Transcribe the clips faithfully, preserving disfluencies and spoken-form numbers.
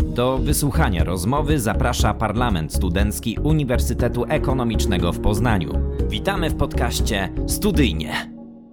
Do wysłuchania rozmowy zaprasza Parlament Studencki Uniwersytetu Ekonomicznego w Poznaniu. Witamy w podcaście Studyjnie.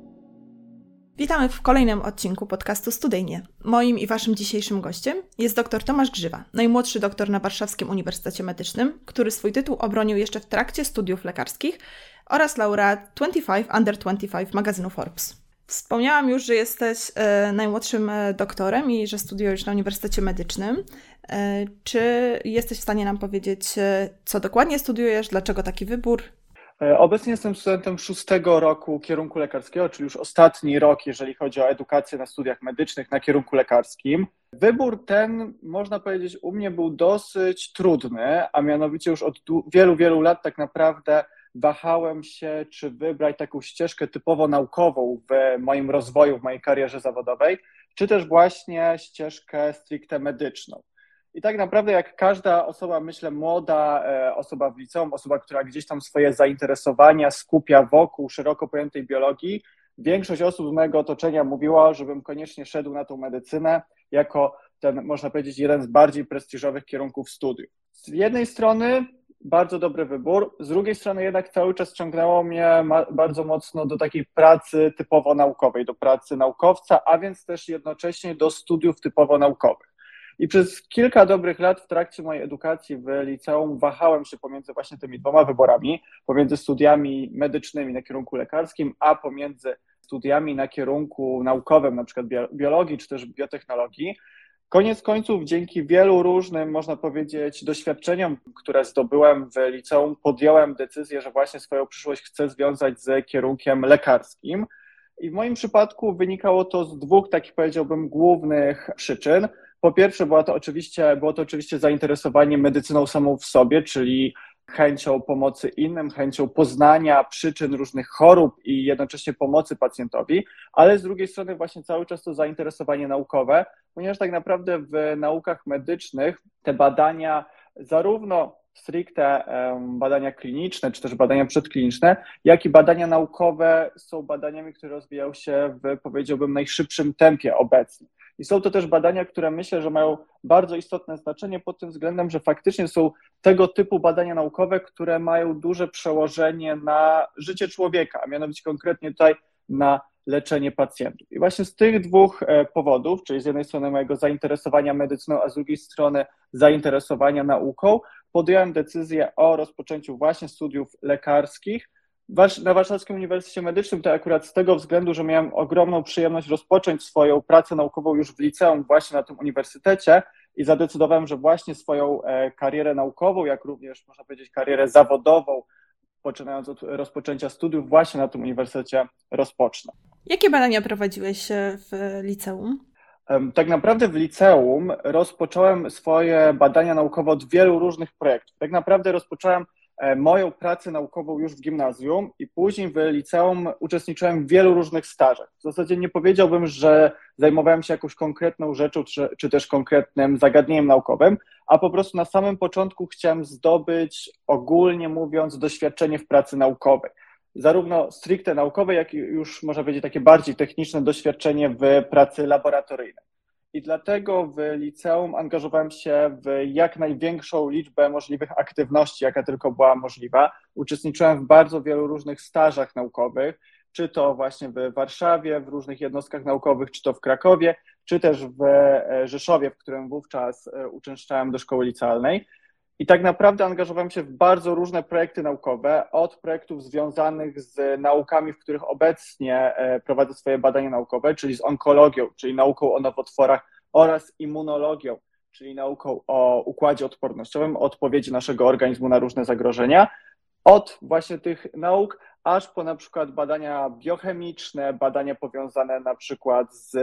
Witamy w kolejnym odcinku podcastu Studyjnie. Moim i waszym dzisiejszym gościem jest dr Tomasz Grzywa, najmłodszy doktor na Warszawskim Uniwersytecie Medycznym, który swój tytuł obronił jeszcze w trakcie studiów lekarskich oraz laureat dwudziesty piąty under dwudziesty pięć magazynu Forbes. Wspomniałam już, że jesteś e, najmłodszym doktorem i że studiujesz na Uniwersytecie Medycznym. E, czy jesteś w stanie nam powiedzieć, co dokładnie studiujesz, dlaczego taki wybór? Obecnie jestem studentem szóstego roku kierunku lekarskiego, czyli już ostatni rok, jeżeli chodzi o edukację na studiach medycznych na kierunku lekarskim. Wybór ten, można powiedzieć, u mnie był dosyć trudny, a mianowicie już od wielu, wielu lat tak naprawdę wahałem się, czy wybrać taką ścieżkę typowo naukową w moim rozwoju, w mojej karierze zawodowej, czy też właśnie ścieżkę stricte medyczną. I tak naprawdę jak każda osoba, myślę, młoda osoba w liceum, osoba, która gdzieś tam swoje zainteresowania skupia wokół szeroko pojętej biologii, większość osób z mojego otoczenia mówiła, żebym koniecznie szedł na tą medycynę jako ten, można powiedzieć, jeden z bardziej prestiżowych kierunków studiów. Z jednej strony bardzo dobry wybór, z drugiej strony jednak cały czas ciągnęło mnie bardzo mocno do takiej pracy typowo naukowej, do pracy naukowca, a więc też jednocześnie do studiów typowo naukowych. I przez kilka dobrych lat w trakcie mojej edukacji w liceum wahałem się pomiędzy właśnie tymi dwoma wyborami, pomiędzy studiami medycznymi na kierunku lekarskim, a pomiędzy studiami na kierunku naukowym, na przykład biologii czy też biotechnologii. Koniec końców, dzięki wielu różnym, można powiedzieć, doświadczeniom, które zdobyłem w liceum, podjąłem decyzję, że właśnie swoją przyszłość chcę związać z kierunkiem lekarskim. I w moim przypadku wynikało to z dwóch, takich powiedziałbym, głównych przyczyn. Po pierwsze, było to oczywiście, było to oczywiście zainteresowanie medycyną samą w sobie, czyli chęcią pomocy innym, chęcią poznania przyczyn różnych chorób i jednocześnie pomocy pacjentowi, ale z drugiej strony właśnie cały czas to zainteresowanie naukowe, ponieważ tak naprawdę w naukach medycznych te badania, zarówno stricte badania kliniczne, czy też badania przedkliniczne, jak i badania naukowe są badaniami, które rozwijają się w, powiedziałbym, najszybszym tempie obecnie. I są to też badania, które myślę, że mają bardzo istotne znaczenie pod tym względem, że faktycznie są tego typu badania naukowe, które mają duże przełożenie na życie człowieka, a mianowicie konkretnie tutaj na leczenie pacjentów. I właśnie z tych dwóch powodów, czyli z jednej strony mojego zainteresowania medycyną, a z drugiej strony zainteresowania nauką, podjąłem decyzję o rozpoczęciu właśnie studiów lekarskich na Warszawskim Uniwersytecie Medycznym. To akurat z tego względu, że miałem ogromną przyjemność rozpocząć swoją pracę naukową już w liceum właśnie na tym uniwersytecie i zadecydowałem, że właśnie swoją karierę naukową, jak również można powiedzieć karierę zawodową, poczynając od rozpoczęcia studiów właśnie na tym uniwersytecie, rozpocznę. Jakie badania prowadziłeś w liceum? Tak naprawdę w liceum rozpocząłem swoje badania naukowe od wielu różnych projektów. Tak naprawdę rozpocząłem moją pracę naukową już w gimnazjum i później w liceum uczestniczyłem w wielu różnych stażach. W zasadzie nie powiedziałbym, że zajmowałem się jakąś konkretną rzeczą czy, czy też konkretnym zagadnieniem naukowym, a po prostu na samym początku chciałem zdobyć, ogólnie mówiąc, doświadczenie w pracy naukowej. Zarówno stricte naukowe, jak i już można powiedzieć takie bardziej techniczne doświadczenie w pracy laboratoryjnej. I dlatego w liceum angażowałem się w jak największą liczbę możliwych aktywności, jaka tylko była możliwa. Uczestniczyłem w bardzo wielu różnych stażach naukowych, czy to właśnie w Warszawie, w różnych jednostkach naukowych, czy to w Krakowie, czy też w Rzeszowie, w którym wówczas uczęszczałem do szkoły licealnej. I tak naprawdę angażowałem się w bardzo różne projekty naukowe, od projektów związanych z naukami, w których obecnie prowadzę swoje badania naukowe, czyli z onkologią, czyli nauką o nowotworach oraz immunologią, czyli nauką o układzie odpornościowym, o odpowiedzi naszego organizmu na różne zagrożenia. Od właśnie tych nauk aż po na przykład badania biochemiczne, badania powiązane na przykład z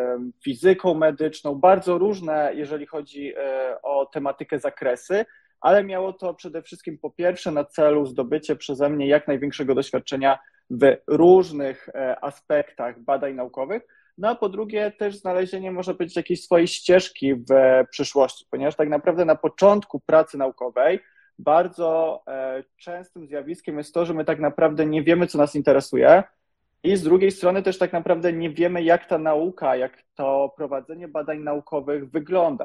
fizyką medyczną, bardzo różne, jeżeli chodzi o tematykę zakresy, ale miało to przede wszystkim po pierwsze na celu zdobycie przeze mnie jak największego doświadczenia w różnych aspektach badań naukowych, no a po drugie też znalezienie, można powiedzieć, jakiejś swojej ścieżki w przyszłości, ponieważ tak naprawdę na początku pracy naukowej bardzo częstym zjawiskiem jest to, że my tak naprawdę nie wiemy, co nas interesuje i z drugiej strony też tak naprawdę nie wiemy, jak ta nauka, jak to prowadzenie badań naukowych wygląda.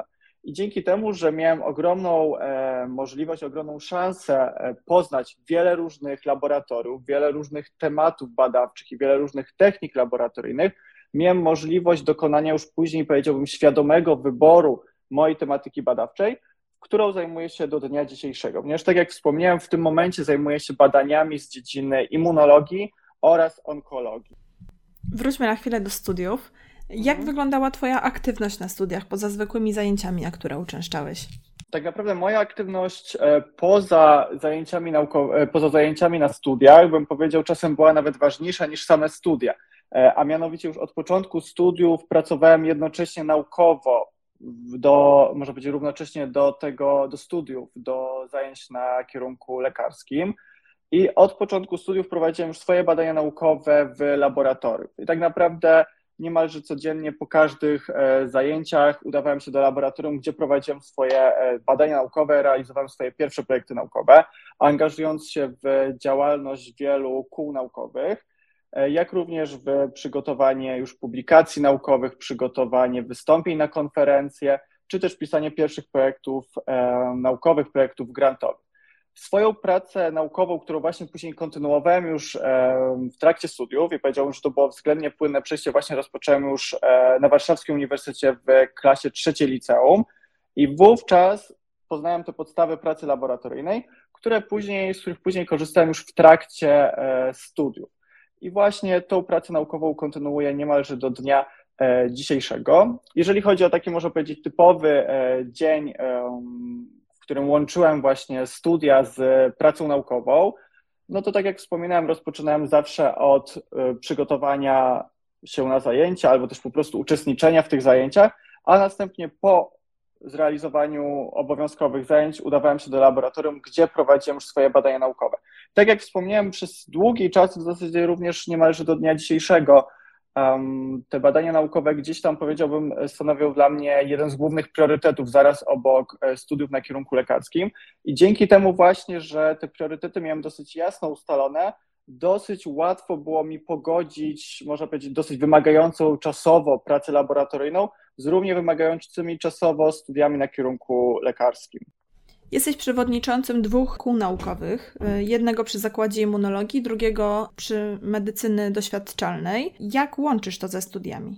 I dzięki temu, że miałem ogromną e, możliwość, ogromną szansę e, poznać wiele różnych laboratoriów, wiele różnych tematów badawczych i wiele różnych technik laboratoryjnych, miałem możliwość dokonania już później, powiedziałbym, świadomego wyboru mojej tematyki badawczej, którą zajmuję się do dnia dzisiejszego. Ponieważ tak jak wspomniałem, w tym momencie zajmuję się badaniami z dziedziny immunologii oraz onkologii. Wróćmy na chwilę do studiów. Jak mhm. wyglądała Twoja aktywność na studiach poza zwykłymi zajęciami, na które uczęszczałeś? Tak naprawdę moja aktywność poza zajęciami naukowymi, poza zajęciami na studiach, bym powiedział, czasem była nawet ważniejsza niż same studia. A mianowicie już od początku studiów pracowałem jednocześnie naukowo, do, może być równocześnie do tego, do studiów, do zajęć na kierunku lekarskim. I od początku studiów prowadziłem już swoje badania naukowe w laboratorium. I tak naprawdę niemalże codziennie po każdych zajęciach udawałem się do laboratorium, gdzie prowadziłem swoje badania naukowe, realizowałem swoje pierwsze projekty naukowe, angażując się w działalność wielu kół naukowych, jak również w przygotowanie już publikacji naukowych, przygotowanie wystąpień na konferencje, czy też pisanie pierwszych projektów naukowych, projektów grantowych. Swoją pracę naukową, którą właśnie później kontynuowałem już w trakcie studiów i powiedziałbym, że to było względnie płynne przejście, właśnie rozpocząłem już na Warszawskim Uniwersytecie w klasie trzeciej liceum i wówczas poznałem te podstawy pracy laboratoryjnej, które później, z których później korzystałem już w trakcie studiów. I właśnie tą pracę naukową kontynuuję niemalże do dnia dzisiejszego. Jeżeli chodzi o taki, można powiedzieć, typowy dzień, w którym łączyłem właśnie studia z pracą naukową, no to tak jak wspominałem, rozpoczynałem zawsze od przygotowania się na zajęcia albo też po prostu uczestniczenia w tych zajęciach, a następnie po zrealizowaniu obowiązkowych zajęć udawałem się do laboratorium, gdzie prowadziłem już swoje badania naukowe. Tak jak wspomniałem, przez długi czas, w zasadzie również niemalże do dnia dzisiejszego, um, te badania naukowe gdzieś tam, powiedziałbym, stanowią dla mnie jeden z głównych priorytetów zaraz obok studiów na kierunku lekarskim i dzięki temu właśnie, że te priorytety miałem dosyć jasno ustalone, dosyć łatwo było mi pogodzić, można powiedzieć, dosyć wymagającą czasowo pracę laboratoryjną z równie wymagającymi czasowo studiami na kierunku lekarskim. Jesteś przewodniczącym dwóch kół naukowych, jednego przy Zakładzie Immunologii, drugiego przy Medycyny Doświadczalnej. Jak łączysz to ze studiami?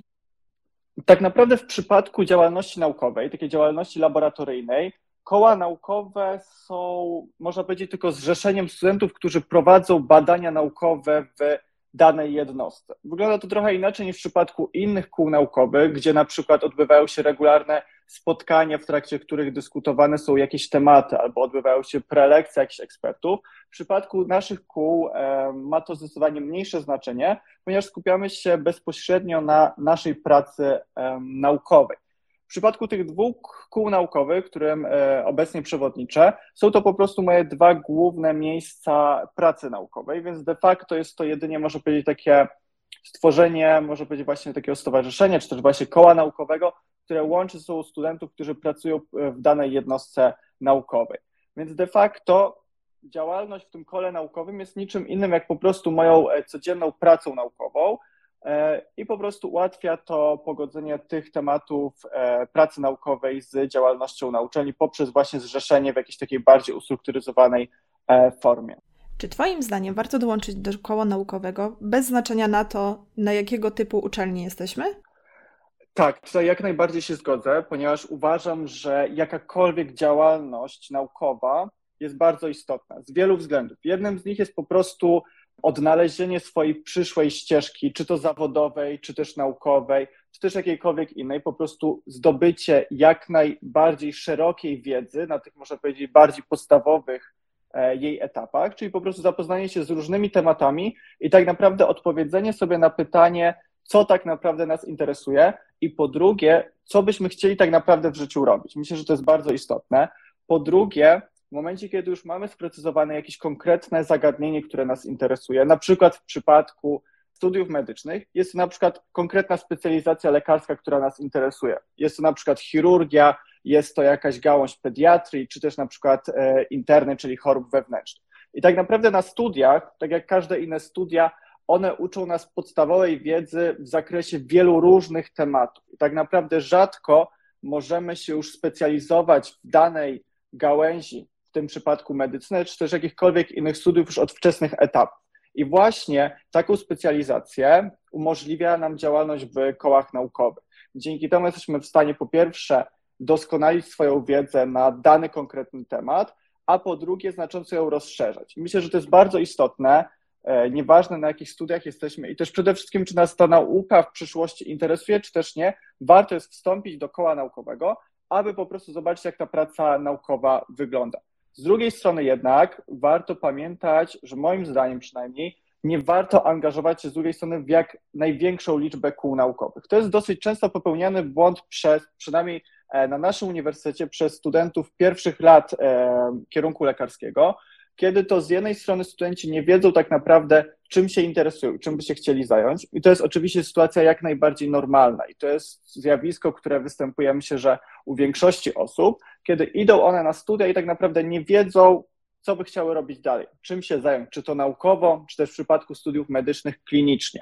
Tak naprawdę w przypadku działalności naukowej, takiej działalności laboratoryjnej, koła naukowe są, można powiedzieć, tylko zrzeszeniem studentów, którzy prowadzą badania naukowe w danej jednostce. Wygląda to trochę inaczej niż w przypadku innych kół naukowych, gdzie na przykład odbywają się regularne spotkania, w trakcie których dyskutowane są jakieś tematy albo odbywają się prelekcje jakichś ekspertów. W przypadku naszych kół e, ma to zdecydowanie mniejsze znaczenie, ponieważ skupiamy się bezpośrednio na naszej pracy e, naukowej. W przypadku tych dwóch kół naukowych, którym obecnie przewodniczę, są to po prostu moje dwa główne miejsca pracy naukowej, więc de facto jest to jedynie, można powiedzieć, takie stworzenie, można powiedzieć, właśnie takiego stowarzyszenia, czy też właśnie koła naukowego, które łączy ze sobą studentów, którzy pracują w danej jednostce naukowej. Więc de facto działalność w tym kole naukowym jest niczym innym jak po prostu moją codzienną pracą naukową, i po prostu ułatwia to pogodzenie tych tematów pracy naukowej z działalnością na uczelni poprzez właśnie zrzeszenie w jakiejś takiej bardziej ustrukturyzowanej formie. Czy Twoim zdaniem warto dołączyć do koła naukowego bez znaczenia na to, na jakiego typu uczelni jesteśmy? Tak, tutaj jak najbardziej się zgodzę, ponieważ uważam, że jakakolwiek działalność naukowa jest bardzo istotna z wielu względów. Jednym z nich jest po prostu odnalezienie swojej przyszłej ścieżki, czy to zawodowej, czy też naukowej, czy też jakiejkolwiek innej, po prostu zdobycie jak najbardziej szerokiej wiedzy na tych, można powiedzieć, bardziej podstawowych jej etapach, czyli po prostu zapoznanie się z różnymi tematami i tak naprawdę odpowiedzenie sobie na pytanie, co tak naprawdę nas interesuje i po drugie, co byśmy chcieli tak naprawdę w życiu robić. Myślę, że to jest bardzo istotne. Po drugie, w momencie, kiedy już mamy sprecyzowane jakieś konkretne zagadnienie, które nas interesuje, na przykład w przypadku studiów medycznych, jest to na przykład konkretna specjalizacja lekarska, która nas interesuje. Jest to na przykład chirurgia, jest to jakaś gałąź pediatrii, czy też na przykład interny, czyli chorób wewnętrznych. I tak naprawdę na studiach, tak jak każde inne studia, one uczą nas podstawowej wiedzy w zakresie wielu różnych tematów. I tak naprawdę rzadko możemy się już specjalizować w danej gałęzi, w tym przypadku medycyny, czy też jakichkolwiek innych studiów już od wczesnych etapów. I właśnie taką specjalizację umożliwia nam działalność w kołach naukowych. Dzięki temu jesteśmy w stanie po pierwsze doskonalić swoją wiedzę na dany konkretny temat, a po drugie znacząco ją rozszerzać. Myślę, że to jest bardzo istotne, nieważne na jakich studiach jesteśmy i też przede wszystkim, czy nas ta nauka w przyszłości interesuje, czy też nie, warto jest wstąpić do koła naukowego, aby po prostu zobaczyć, jak ta praca naukowa wygląda. Z drugiej strony jednak warto pamiętać, że moim zdaniem przynajmniej nie warto angażować się z drugiej strony w jak największą liczbę kół naukowych. To jest dosyć często popełniany błąd przez, przynajmniej na naszym uniwersytecie, przez studentów pierwszych lat e, kierunku lekarskiego, kiedy to z jednej strony studenci nie wiedzą tak naprawdę, czym się interesują, czym by się chcieli zająć. I to jest oczywiście sytuacja jak najbardziej normalna. I to jest zjawisko, które występuje, myślę, że u większości osób, kiedy idą one na studia i tak naprawdę nie wiedzą, co by chciały robić dalej, czym się zająć, czy to naukowo, czy też w przypadku studiów medycznych klinicznie.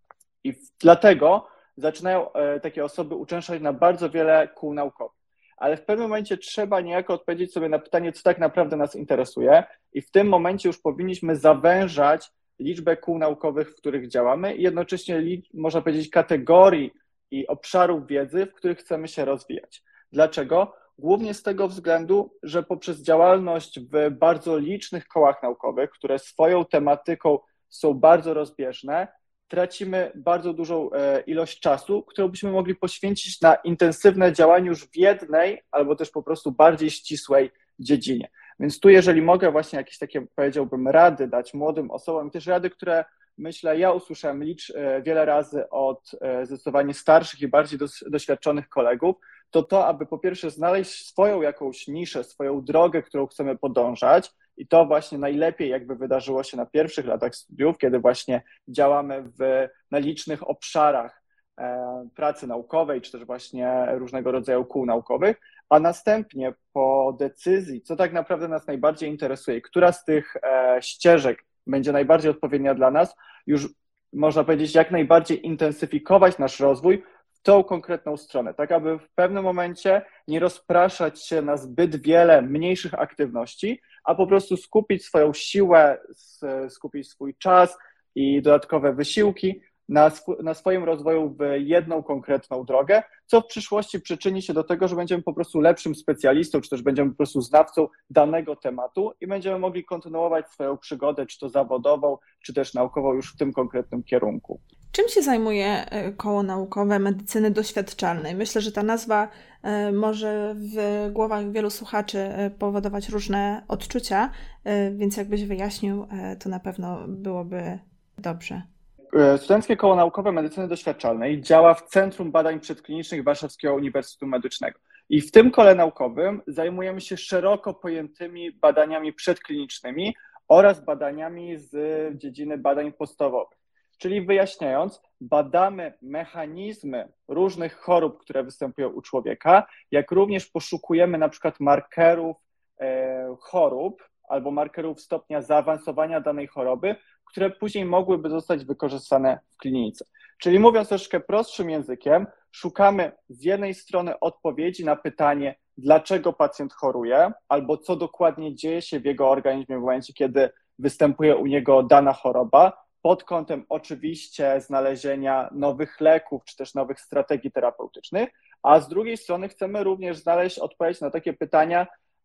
I dlatego zaczynają takie osoby uczęszczać na bardzo wiele kół naukowych. Ale w pewnym momencie trzeba niejako odpowiedzieć sobie na pytanie, co tak naprawdę nas interesuje i w tym momencie już powinniśmy zawężać liczbę kół naukowych, w których działamy i jednocześnie, można powiedzieć, kategorii i obszarów wiedzy, w których chcemy się rozwijać. Dlaczego? Głównie z tego względu, że poprzez działalność w bardzo licznych kołach naukowych, które swoją tematyką są bardzo rozbieżne, tracimy bardzo dużą ilość czasu, którą byśmy mogli poświęcić na intensywne działanie już w jednej albo też po prostu bardziej ścisłej dziedzinie. Więc tu, jeżeli mogę właśnie jakieś takie, powiedziałbym, rady dać młodym osobom, też rady, które myślę, ja usłyszałem licz wiele razy od zdecydowanie starszych i bardziej doświadczonych kolegów, to to, aby po pierwsze znaleźć swoją jakąś niszę, swoją drogę, którą chcemy podążać i to właśnie najlepiej jakby wydarzyło się na pierwszych latach studiów, kiedy właśnie działamy w, na licznych obszarach e, pracy naukowej, czy też właśnie różnego rodzaju kół naukowych, a następnie po decyzji, co tak naprawdę nas najbardziej interesuje, która z tych e, ścieżek będzie najbardziej odpowiednia dla nas, już można powiedzieć jak najbardziej intensyfikować nasz rozwój w tą konkretną stronę, tak aby w pewnym momencie nie rozpraszać się na zbyt wiele mniejszych aktywności, a po prostu skupić swoją siłę, skupić swój czas i dodatkowe wysiłki na, sw- na swoim rozwoju w jedną konkretną drogę, co w przyszłości przyczyni się do tego, że będziemy po prostu lepszym specjalistą, czy też będziemy po prostu znawcą danego tematu i będziemy mogli kontynuować swoją przygodę, czy to zawodową, czy też naukową już w tym konkretnym kierunku. Czym się zajmuje koło naukowe medycyny doświadczalnej? Myślę, że ta nazwa może w głowach wielu słuchaczy powodować różne odczucia, więc jakbyś wyjaśnił, to na pewno byłoby dobrze. Studenckie Koło Naukowe Medycyny Doświadczalnej działa w Centrum Badań Przedklinicznych Warszawskiego Uniwersytetu Medycznego. I w tym kole naukowym zajmujemy się szeroko pojętymi badaniami przedklinicznymi oraz badaniami z dziedziny badań podstawowych. Czyli wyjaśniając, badamy mechanizmy różnych chorób, które występują u człowieka, jak również poszukujemy na przykład markerów e, chorób albo markerów stopnia zaawansowania danej choroby, które później mogłyby zostać wykorzystane w klinice. Czyli mówiąc troszkę prostszym językiem, szukamy z jednej strony odpowiedzi na pytanie, dlaczego pacjent choruje, albo co dokładnie dzieje się w jego organizmie w momencie, kiedy występuje u niego dana choroba, pod kątem oczywiście znalezienia nowych leków, czy też nowych strategii terapeutycznych, a z drugiej strony chcemy również znaleźć odpowiedź na takie pytania,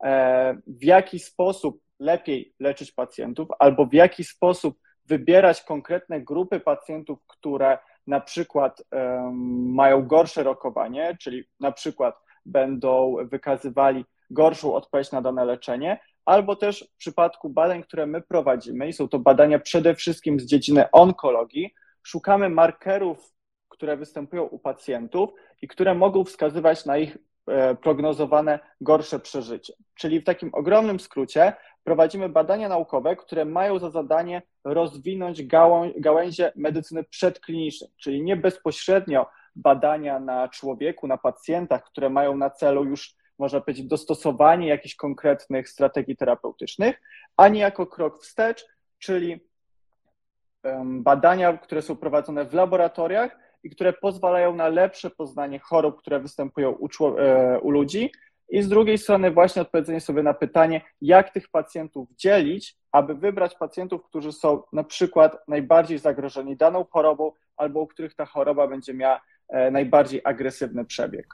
w jaki sposób lepiej leczyć pacjentów, albo w jaki sposób wybierać konkretne grupy pacjentów, które na przykład um, mają gorsze rokowanie, czyli na przykład będą wykazywali gorszą odpowiedź na dane leczenie, albo też w przypadku badań, które my prowadzimy, i są to badania przede wszystkim z dziedziny onkologii, szukamy markerów, które występują u pacjentów i które mogą wskazywać na ich e, prognozowane gorsze przeżycie. Czyli w takim ogromnym skrócie prowadzimy badania naukowe, które mają za zadanie rozwinąć gałą, gałęzie medycyny przedklinicznej, czyli nie bezpośrednio badania na człowieku, na pacjentach, które mają na celu już, można powiedzieć, dostosowanie jakichś konkretnych strategii terapeutycznych, a niejako krok wstecz, czyli badania, które są prowadzone w laboratoriach i które pozwalają na lepsze poznanie chorób, które występują u, u ludzi. I z drugiej strony właśnie odpowiedzenie sobie na pytanie, jak tych pacjentów dzielić, aby wybrać pacjentów, którzy są na przykład najbardziej zagrożeni daną chorobą albo u których ta choroba będzie miała najbardziej agresywny przebieg.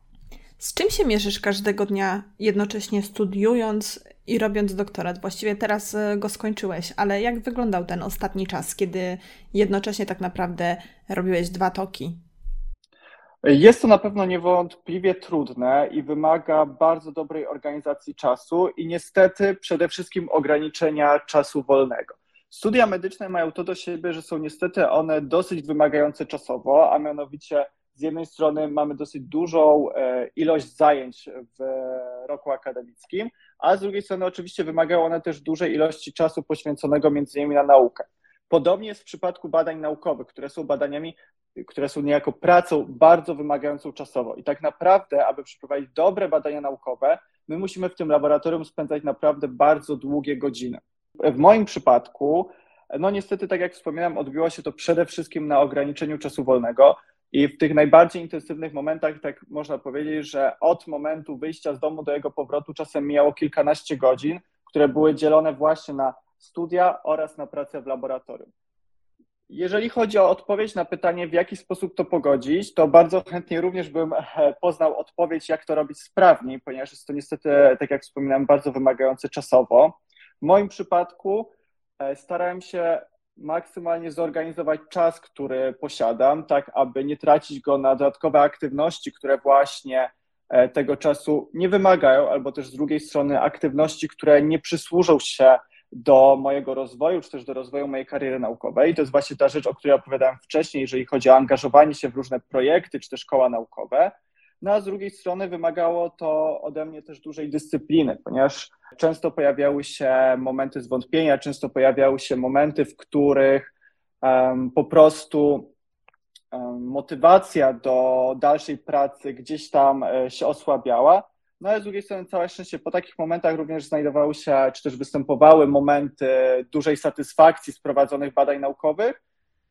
Z czym się mierzysz każdego dnia, jednocześnie studiując i robiąc doktorat? Właściwie teraz go skończyłeś, ale jak wyglądał ten ostatni czas, kiedy jednocześnie tak naprawdę robiłeś dwa toki? Jest to na pewno niewątpliwie trudne i wymaga bardzo dobrej organizacji czasu i niestety przede wszystkim ograniczenia czasu wolnego. Studia medyczne mają to do siebie, że są niestety one dosyć wymagające czasowo, a mianowicie z jednej strony mamy dosyć dużą ilość zajęć w roku akademickim, a z drugiej strony oczywiście wymagają one też dużej ilości czasu poświęconego między innymi na naukę. Podobnie jest w przypadku badań naukowych, które są badaniami, które są niejako pracą bardzo wymagającą czasowo. I tak naprawdę, aby przeprowadzić dobre badania naukowe, my musimy w tym laboratorium spędzać naprawdę bardzo długie godziny. W moim przypadku, no niestety, tak jak wspominałem, odbiło się to przede wszystkim na ograniczeniu czasu wolnego i w tych najbardziej intensywnych momentach, tak można powiedzieć, że od momentu wyjścia z domu do jego powrotu czasem mijało kilkanaście godzin, które były dzielone właśnie na studia oraz na pracę w laboratorium. Jeżeli chodzi o odpowiedź na pytanie, w jaki sposób to pogodzić, to bardzo chętnie również bym poznał odpowiedź, jak to robić sprawniej, ponieważ jest to niestety, tak jak wspominałem, bardzo wymagające czasowo. W moim przypadku starałem się maksymalnie zorganizować czas, który posiadam, tak aby nie tracić go na dodatkowe aktywności, które właśnie tego czasu nie wymagają, albo też z drugiej strony aktywności, które nie przysłużą się do mojego rozwoju, czy też do rozwoju mojej kariery naukowej. I to jest właśnie ta rzecz, o której opowiadałem wcześniej, jeżeli chodzi o angażowanie się w różne projekty, czy też koła naukowe. No a z drugiej strony wymagało to ode mnie też dużej dyscypliny, ponieważ często pojawiały się momenty zwątpienia, często pojawiały się momenty, w których um, po prostu um, motywacja do dalszej pracy gdzieś tam się osłabiała. No ale z drugiej strony całe szczęście po takich momentach również znajdowały się, czy też występowały momenty dużej satysfakcji z prowadzonych badań naukowych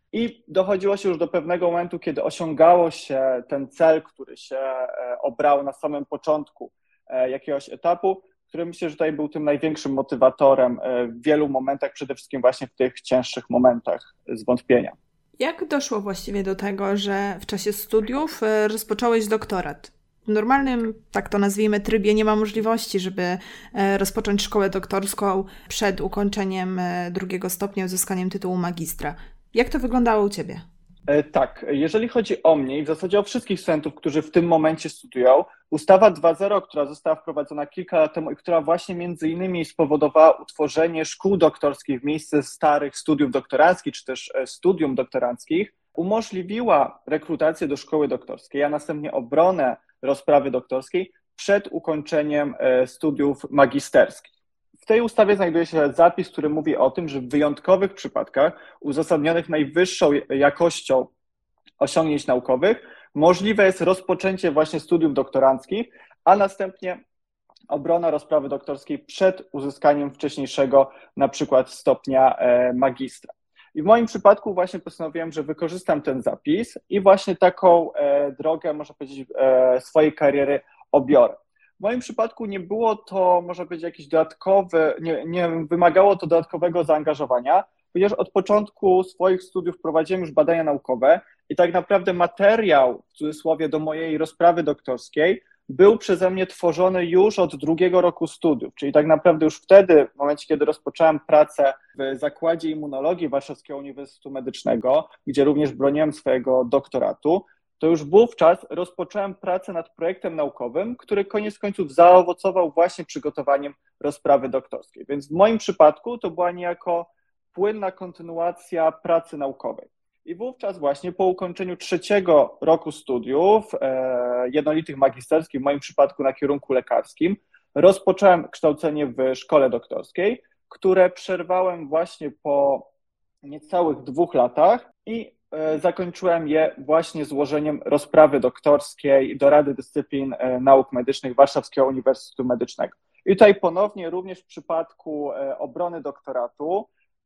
i dochodziło się już do pewnego momentu, kiedy osiągało się ten cel, który się obrał na samym początku jakiegoś etapu, który myślę, że tutaj był tym największym motywatorem w wielu momentach, przede wszystkim właśnie w tych cięższych momentach zwątpienia. Jak doszło właściwie do tego, że w czasie studiów rozpocząłeś doktorat? W normalnym, tak to nazwijmy, trybie nie ma możliwości, żeby rozpocząć szkołę doktorską przed ukończeniem drugiego stopnia, uzyskaniem tytułu magistra. Jak to wyglądało u Ciebie? Tak, jeżeli chodzi o mnie i w zasadzie o wszystkich studentów, którzy w tym momencie studiują, ustawa dwa zero, która została wprowadzona kilka lat temu i która właśnie między innymi spowodowała utworzenie szkół doktorskich w miejsce starych studiów doktoranckich, czy też studium doktoranckich, umożliwiła rekrutację do szkoły doktorskiej, a następnie obronę rozprawy doktorskiej przed ukończeniem studiów magisterskich. W tej ustawie znajduje się zapis, który mówi o tym, że w wyjątkowych przypadkach uzasadnionych najwyższą jakością osiągnięć naukowych możliwe jest rozpoczęcie właśnie studiów doktoranckich, a następnie obrona rozprawy doktorskiej przed uzyskaniem wcześniejszego na przykład stopnia magistra. I w moim przypadku właśnie postanowiłem, że wykorzystam ten zapis i właśnie taką drogę, można powiedzieć, swojej kariery obiorę. W moim przypadku nie było to, można powiedzieć, jakieś dodatkowe, nie, nie wymagało to dodatkowego zaangażowania, ponieważ od początku swoich studiów prowadziłem już badania naukowe i tak naprawdę materiał, w cudzysłowie, do mojej rozprawy doktorskiej był przeze mnie tworzony już od drugiego roku studiów, czyli tak naprawdę już wtedy, w momencie, kiedy rozpocząłem pracę w Zakładzie Immunologii Warszawskiego Uniwersytetu Medycznego, gdzie również broniłem swojego doktoratu, to już wówczas rozpocząłem pracę nad projektem naukowym, który koniec końców zaowocował właśnie przygotowaniem rozprawy doktorskiej. Więc w moim przypadku to była niejako płynna kontynuacja pracy naukowej. I wówczas właśnie po ukończeniu trzeciego roku studiów e, jednolitych magisterskich, w moim przypadku na kierunku lekarskim, rozpocząłem kształcenie w szkole doktorskiej, które przerwałem właśnie po niecałych dwóch latach i zakończyłem je właśnie złożeniem rozprawy doktorskiej do Rady Dyscyplin Nauk Medycznych Warszawskiego Uniwersytetu Medycznego. I tutaj ponownie również w przypadku obrony doktoratu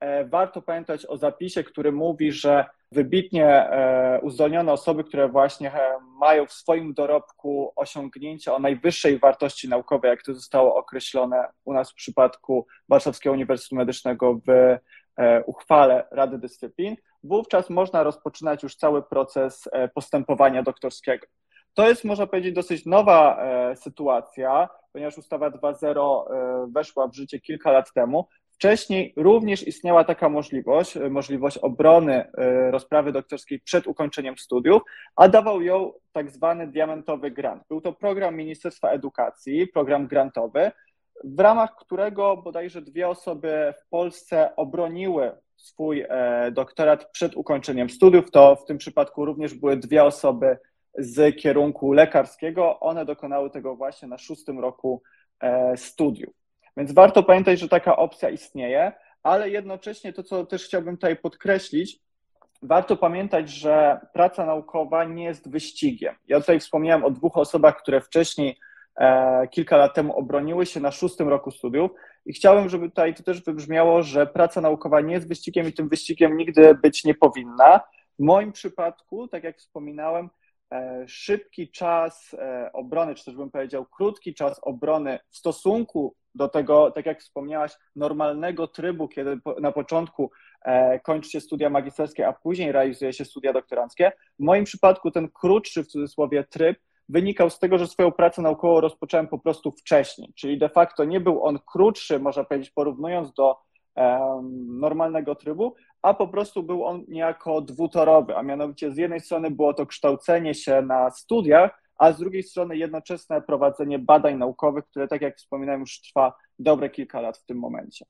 warto pamiętać o zapisie, który mówi, że wybitnie uzdolnione osoby, które właśnie mają w swoim dorobku osiągnięcia o najwyższej wartości naukowej, jak to zostało określone u nas w przypadku Warszawskiego Uniwersytetu Medycznego w uchwale Rady Dyscyplin, wówczas można rozpoczynać już cały proces postępowania doktorskiego. To jest, można powiedzieć, dosyć nowa sytuacja, ponieważ ustawa dwa zero weszła w życie kilka lat temu. Wcześniej również istniała taka możliwość, możliwość obrony rozprawy doktorskiej przed ukończeniem studiów, a dawał ją tak zwany diamentowy grant. Był to program Ministerstwa Edukacji, program grantowy, w ramach którego bodajże dwie osoby w Polsce obroniły swój doktorat przed ukończeniem studiów. To w tym przypadku również były dwie osoby z kierunku lekarskiego. One dokonały tego właśnie na szóstym roku studiów. Więc warto pamiętać, że taka opcja istnieje, ale jednocześnie to, co też chciałbym tutaj podkreślić, warto pamiętać, że praca naukowa nie jest wyścigiem. Ja tutaj wspomniałem o dwóch osobach, które wcześniej e, kilka lat temu obroniły się na szóstym roku studiów i chciałem, żeby tutaj to też wybrzmiało, że praca naukowa nie jest wyścigiem i tym wyścigiem nigdy być nie powinna. W moim przypadku, tak jak wspominałem, e, szybki czas e, obrony, czy też bym powiedział krótki czas obrony w stosunku do tego, tak jak wspomniałaś, normalnego trybu, kiedy na początku e, kończy się studia magisterskie, a później realizuje się studia doktoranckie. W moim przypadku ten krótszy, w cudzysłowie, tryb wynikał z tego, że swoją pracę naukową rozpocząłem po prostu wcześniej, czyli de facto nie był on krótszy, można powiedzieć, porównując do e, normalnego trybu, a po prostu był on niejako dwutorowy, a mianowicie z jednej strony było to kształcenie się na studiach, a z drugiej strony jednoczesne prowadzenie badań naukowych, które, tak jak wspominałem, już trwa dobre kilka lat w tym momencie.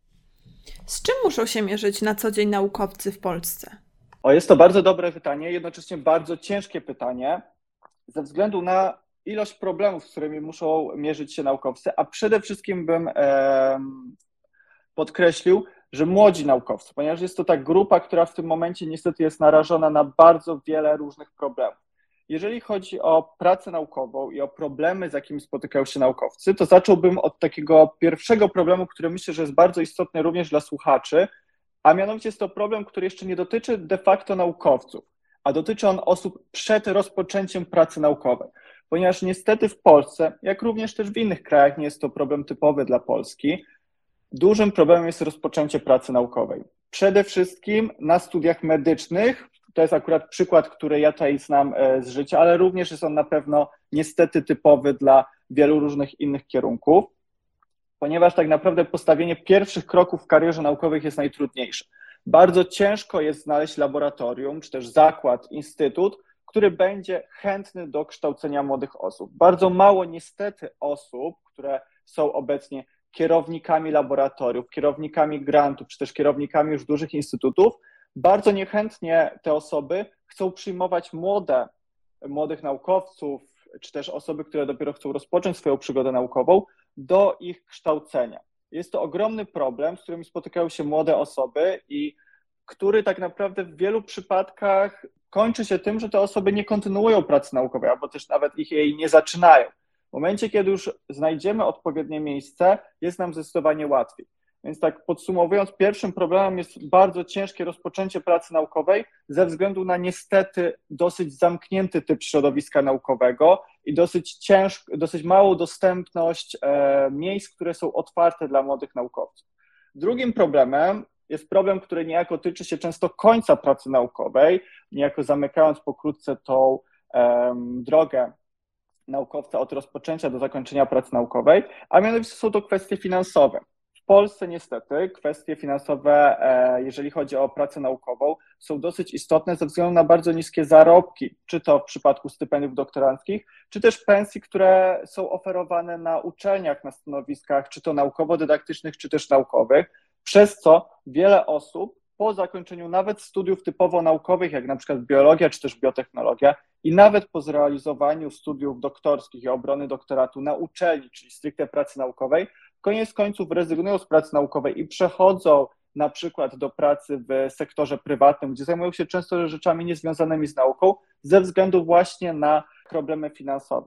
Z czym muszą się mierzyć na co dzień naukowcy w Polsce? O, jest to bardzo dobre pytanie, jednocześnie bardzo ciężkie pytanie, ze względu na ilość problemów, z którymi muszą mierzyć się naukowcy, a przede wszystkim bym e, podkreślił, że młodzi naukowcy, ponieważ jest to ta grupa, która w tym momencie niestety jest narażona na bardzo wiele różnych problemów. Jeżeli chodzi o pracę naukową i o problemy, z jakimi spotykają się naukowcy, to zacząłbym od takiego pierwszego problemu, który myślę, że jest bardzo istotny również dla słuchaczy, a mianowicie jest to problem, który jeszcze nie dotyczy de facto naukowców, a dotyczy on osób przed rozpoczęciem pracy naukowej. Ponieważ niestety w Polsce, jak również też w innych krajach, nie jest to problem typowy dla Polski, dużym problemem jest rozpoczęcie pracy naukowej. Przede wszystkim na studiach medycznych. To jest akurat przykład, który ja tutaj znam z życia, ale również jest on na pewno niestety typowy dla wielu różnych innych kierunków, ponieważ tak naprawdę postawienie pierwszych kroków w karierze naukowej jest najtrudniejsze. Bardzo ciężko jest znaleźć laboratorium, czy też zakład, instytut, który będzie chętny do kształcenia młodych osób. Bardzo mało niestety osób, które są obecnie kierownikami laboratoriów, kierownikami grantów, czy też kierownikami już dużych instytutów, bardzo niechętnie te osoby chcą przyjmować młode, młodych naukowców, czy też osoby, które dopiero chcą rozpocząć swoją przygodę naukową, do ich kształcenia. Jest to ogromny problem, z którym spotykają się młode osoby i który tak naprawdę w wielu przypadkach kończy się tym, że te osoby nie kontynuują pracy naukowej, albo też nawet ich jej nie zaczynają. W momencie, kiedy już znajdziemy odpowiednie miejsce, jest nam zdecydowanie łatwiej. Więc tak podsumowując, pierwszym problemem jest bardzo ciężkie rozpoczęcie pracy naukowej ze względu na niestety dosyć zamknięty typ środowiska naukowego i dosyć ciężko, dosyć małą dostępność e, miejsc, które są otwarte dla młodych naukowców. Drugim problemem jest problem, który niejako tyczy się często końca pracy naukowej, niejako zamykając pokrótce tą e, drogę naukowca od rozpoczęcia do zakończenia pracy naukowej, a mianowicie są to kwestie finansowe. W Polsce niestety kwestie finansowe, jeżeli chodzi o pracę naukową, są dosyć istotne ze względu na bardzo niskie zarobki, czy to w przypadku stypendiów doktoranckich, czy też pensji, które są oferowane na uczelniach, na stanowiskach, czy to naukowo-dydaktycznych, czy też naukowych, przez co wiele osób po zakończeniu nawet studiów typowo naukowych, jak na przykład biologia, czy też biotechnologia, i nawet po zrealizowaniu studiów doktorskich i obrony doktoratu na uczelni, czyli stricte pracy naukowej, koniec końców rezygnują z pracy naukowej i przechodzą na przykład do pracy w sektorze prywatnym, gdzie zajmują się często rzeczami niezwiązanymi z nauką, ze względu właśnie na problemy finansowe.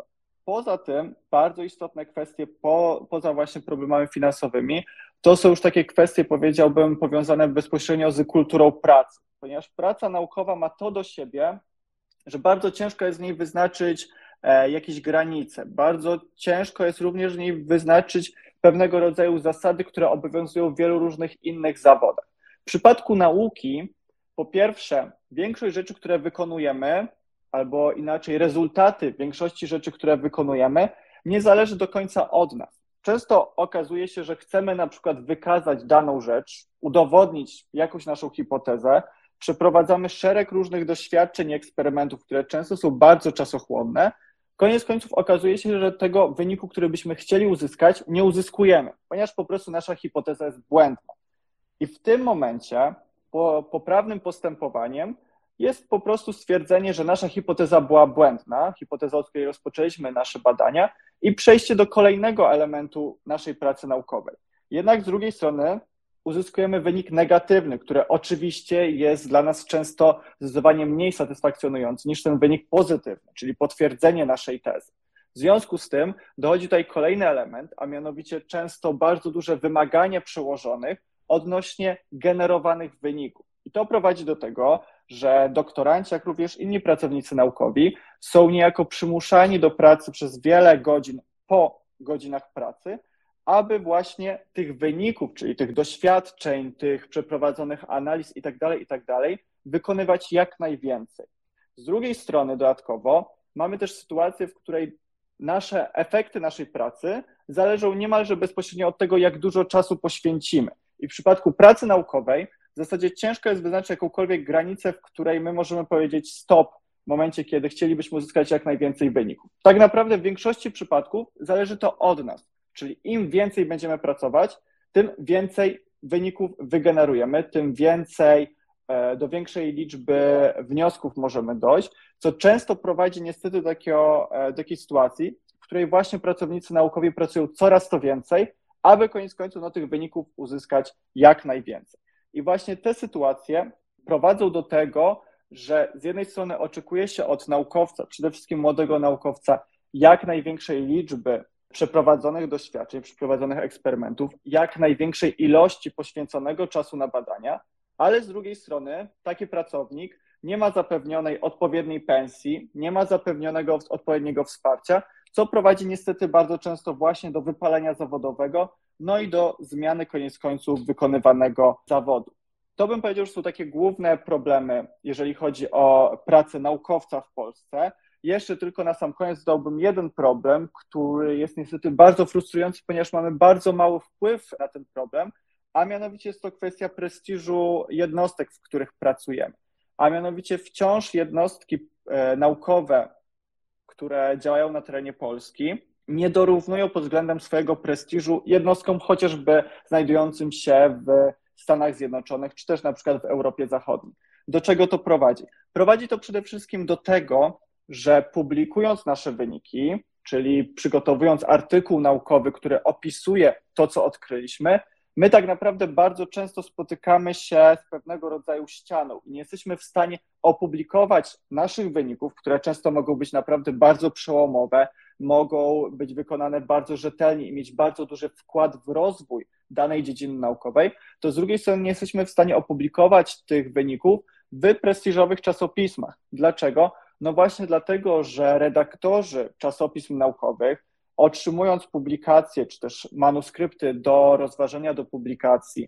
poza tym bardzo istotne kwestie, po, poza właśnie problemami finansowymi, to są już takie kwestie, powiedziałbym, powiązane bezpośrednio z kulturą pracy, ponieważ praca naukowa ma to do siebie, że bardzo ciężko jest w niej wyznaczyć e, jakieś granice. Bardzo ciężko jest również w niej wyznaczyć pewnego rodzaju zasady, które obowiązują w wielu różnych innych zawodach. W przypadku nauki, po pierwsze, większość rzeczy, które wykonujemy, albo inaczej rezultaty większości rzeczy, które wykonujemy, nie zależy do końca od nas. Często okazuje się, że chcemy na przykład wykazać daną rzecz, udowodnić jakąś naszą hipotezę, przeprowadzamy szereg różnych doświadczeń i eksperymentów, które często są bardzo czasochłonne. Koniec końców okazuje się, że tego wyniku, który byśmy chcieli uzyskać, nie uzyskujemy, ponieważ po prostu nasza hipoteza jest błędna. I w tym momencie po poprawnym postępowaniem jest po prostu stwierdzenie, że nasza hipoteza była błędna, hipoteza, od której rozpoczęliśmy nasze badania, i przejście do kolejnego elementu naszej pracy naukowej. Jednak z drugiej strony uzyskujemy wynik negatywny, który oczywiście jest dla nas często zdecydowanie mniej satysfakcjonujący niż ten wynik pozytywny, czyli potwierdzenie naszej tezy. W związku z tym dochodzi tutaj kolejny element, a mianowicie często bardzo duże wymagania przełożonych odnośnie generowanych wyników. I to prowadzi do tego, że doktoranci, jak również inni pracownicy naukowi są niejako przymuszani do pracy przez wiele godzin po godzinach pracy, aby właśnie tych wyników, czyli tych doświadczeń, tych przeprowadzonych analiz itd., itd. wykonywać jak najwięcej. Z drugiej strony dodatkowo mamy też sytuację, w której nasze efekty naszej pracy zależą niemalże bezpośrednio od tego, jak dużo czasu poświęcimy. I w przypadku pracy naukowej w zasadzie ciężko jest wyznaczyć jakąkolwiek granicę, w której my możemy powiedzieć stop w momencie, kiedy chcielibyśmy uzyskać jak najwięcej wyników. Tak naprawdę w większości przypadków zależy to od nas, czyli im więcej będziemy pracować, tym więcej wyników wygenerujemy, tym więcej, do większej liczby wniosków możemy dojść, co często prowadzi niestety do, takiego, do takiej sytuacji, w której właśnie pracownicy naukowi pracują coraz to więcej, aby koniec końców no, tych wyników uzyskać jak najwięcej. I właśnie te sytuacje prowadzą do tego, że z jednej strony oczekuje się od naukowca, przede wszystkim młodego naukowca, jak największej liczby przeprowadzonych doświadczeń, przeprowadzonych eksperymentów, jak największej ilości poświęconego czasu na badania, ale z drugiej strony taki pracownik nie ma zapewnionej odpowiedniej pensji, nie ma zapewnionego odpowiedniego wsparcia, co prowadzi niestety bardzo często właśnie do wypalenia zawodowego, no i do zmiany koniec końców wykonywanego zawodu. To bym powiedział, że są takie główne problemy, jeżeli chodzi o pracę naukowca w Polsce. Jeszcze tylko na sam koniec dałbym jeden problem, który jest niestety bardzo frustrujący, ponieważ mamy bardzo mały wpływ na ten problem, a mianowicie jest to kwestia prestiżu jednostek, w których pracujemy. A mianowicie wciąż jednostki e, naukowe, które działają na terenie Polski, nie dorównują pod względem swojego prestiżu jednostkom chociażby znajdującym się w Stanach Zjednoczonych, czy też na przykład w Europie Zachodniej. Do czego to prowadzi? Prowadzi to przede wszystkim do tego, że publikując nasze wyniki, czyli przygotowując artykuł naukowy, który opisuje to, co odkryliśmy, my tak naprawdę bardzo często spotykamy się z pewnego rodzaju ścianą i nie jesteśmy w stanie opublikować naszych wyników, które często mogą być naprawdę bardzo przełomowe, mogą być wykonane bardzo rzetelnie i mieć bardzo duży wkład w rozwój danej dziedziny naukowej, to z drugiej strony nie jesteśmy w stanie opublikować tych wyników w prestiżowych czasopismach. Dlaczego? No właśnie dlatego, że redaktorzy czasopism naukowych, otrzymując publikacje czy też manuskrypty do rozważenia do publikacji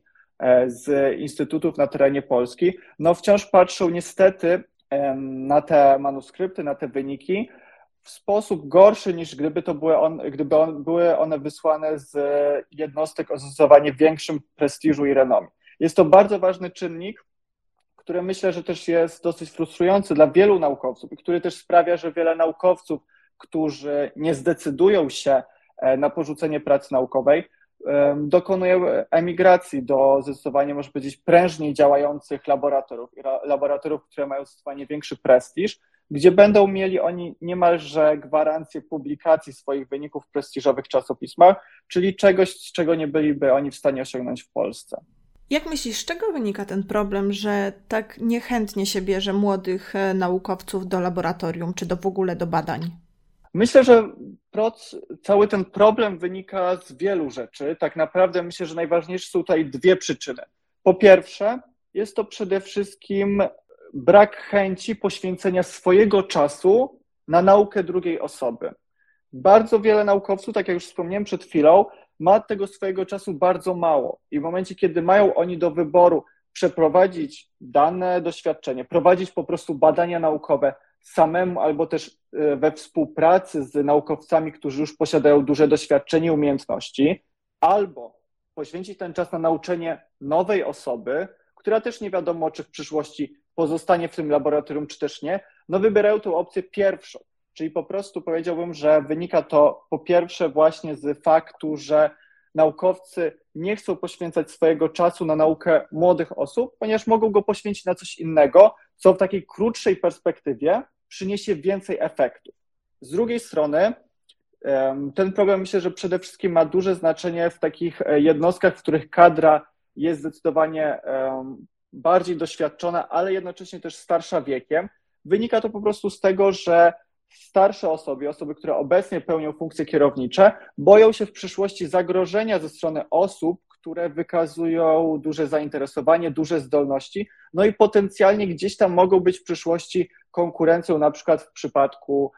z instytutów na terenie Polski, no wciąż patrzą niestety na te manuskrypty, na te wyniki w sposób gorszy niż gdyby to były, on, gdyby on, były one wysłane z jednostek o zdecydowanie większym prestiżu i renomie. Jest to bardzo ważny czynnik, który myślę, że też jest dosyć frustrujący dla wielu naukowców i który też sprawia, że wiele naukowców, którzy nie zdecydują się na porzucenie pracy naukowej, dokonują emigracji do zdecydowanie, można powiedzieć, prężniej działających laboratoriów, laboratoriów, które mają zdecydowanie większy prestiż, gdzie będą mieli oni niemalże gwarancję publikacji swoich wyników w prestiżowych czasopismach, czyli czegoś, z czego nie byliby oni w stanie osiągnąć w Polsce. Jak myślisz, z czego wynika ten problem, że tak niechętnie się bierze młodych naukowców do laboratorium, czy do w ogóle do badań? Myślę, że proc, cały ten problem wynika z wielu rzeczy. Tak naprawdę myślę, że najważniejsze są tutaj dwie przyczyny. Po pierwsze, jest to przede wszystkim brak chęci poświęcenia swojego czasu na naukę drugiej osoby. Bardzo wiele naukowców, tak jak już wspomniałem przed chwilą, ma tego swojego czasu bardzo mało i w momencie, kiedy mają oni do wyboru przeprowadzić dane doświadczenie, prowadzić po prostu badania naukowe samemu albo też we współpracy z naukowcami, którzy już posiadają duże doświadczenie i umiejętności, albo poświęcić ten czas na nauczenie nowej osoby, która też nie wiadomo, czy w przyszłości pozostanie w tym laboratorium, czy też nie, no wybierają tą opcję pierwszą. Czyli po prostu powiedziałbym, że wynika to po pierwsze właśnie z faktu, że naukowcy nie chcą poświęcać swojego czasu na naukę młodych osób, ponieważ mogą go poświęcić na coś innego, co w takiej krótszej perspektywie przyniesie więcej efektów. Z drugiej strony ten problem myślę, że przede wszystkim ma duże znaczenie w takich jednostkach, w których kadra jest zdecydowanie bardziej doświadczona, ale jednocześnie też starsza wiekiem. Wynika to po prostu z tego, że starsze osoby, osoby, które obecnie pełnią funkcje kierownicze, boją się w przyszłości zagrożenia ze strony osób, które wykazują duże zainteresowanie, duże zdolności, no i potencjalnie gdzieś tam mogą być w przyszłości konkurencją, na przykład w przypadku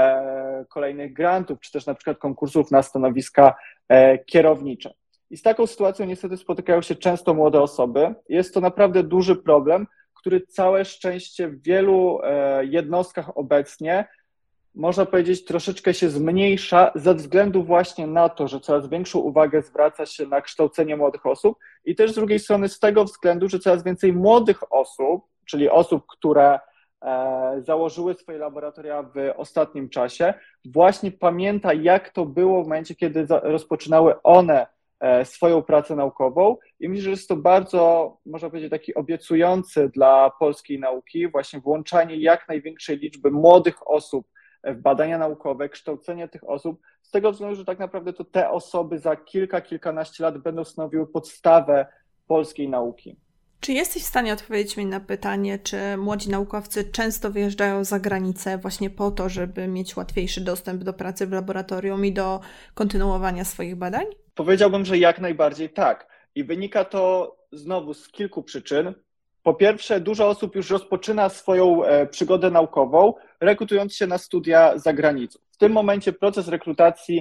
e, kolejnych grantów, czy też na przykład konkursów na stanowiska e, kierownicze. I z taką sytuacją niestety spotykają się często młode osoby. Jest to naprawdę duży problem, który całe szczęście w wielu e, jednostkach obecnie można powiedzieć, troszeczkę się zmniejsza ze względu właśnie na to, że coraz większą uwagę zwraca się na kształcenie młodych osób i też z drugiej strony z tego względu, że coraz więcej młodych osób, czyli osób, które e, założyły swoje laboratoria w ostatnim czasie, właśnie pamięta, jak to było w momencie, kiedy za, rozpoczynały one e, swoją pracę naukową i myślę, że jest to bardzo, można powiedzieć, taki obiecujący dla polskiej nauki, właśnie włączanie jak największej liczby młodych osób w badania naukowe, kształcenie tych osób, z tego względu, że tak naprawdę to te osoby za kilka, kilkanaście lat będą stanowiły podstawę polskiej nauki. Czy jesteś w stanie odpowiedzieć mi na pytanie, czy młodzi naukowcy często wyjeżdżają za granicę właśnie po to, żeby mieć łatwiejszy dostęp do pracy w laboratorium i do kontynuowania swoich badań? Powiedziałbym, że jak najbardziej tak. I wynika to znowu z kilku przyczyn. Po pierwsze, dużo osób już rozpoczyna swoją przygodę naukową, rekrutując się na studia za granicą. W tym momencie proces rekrutacji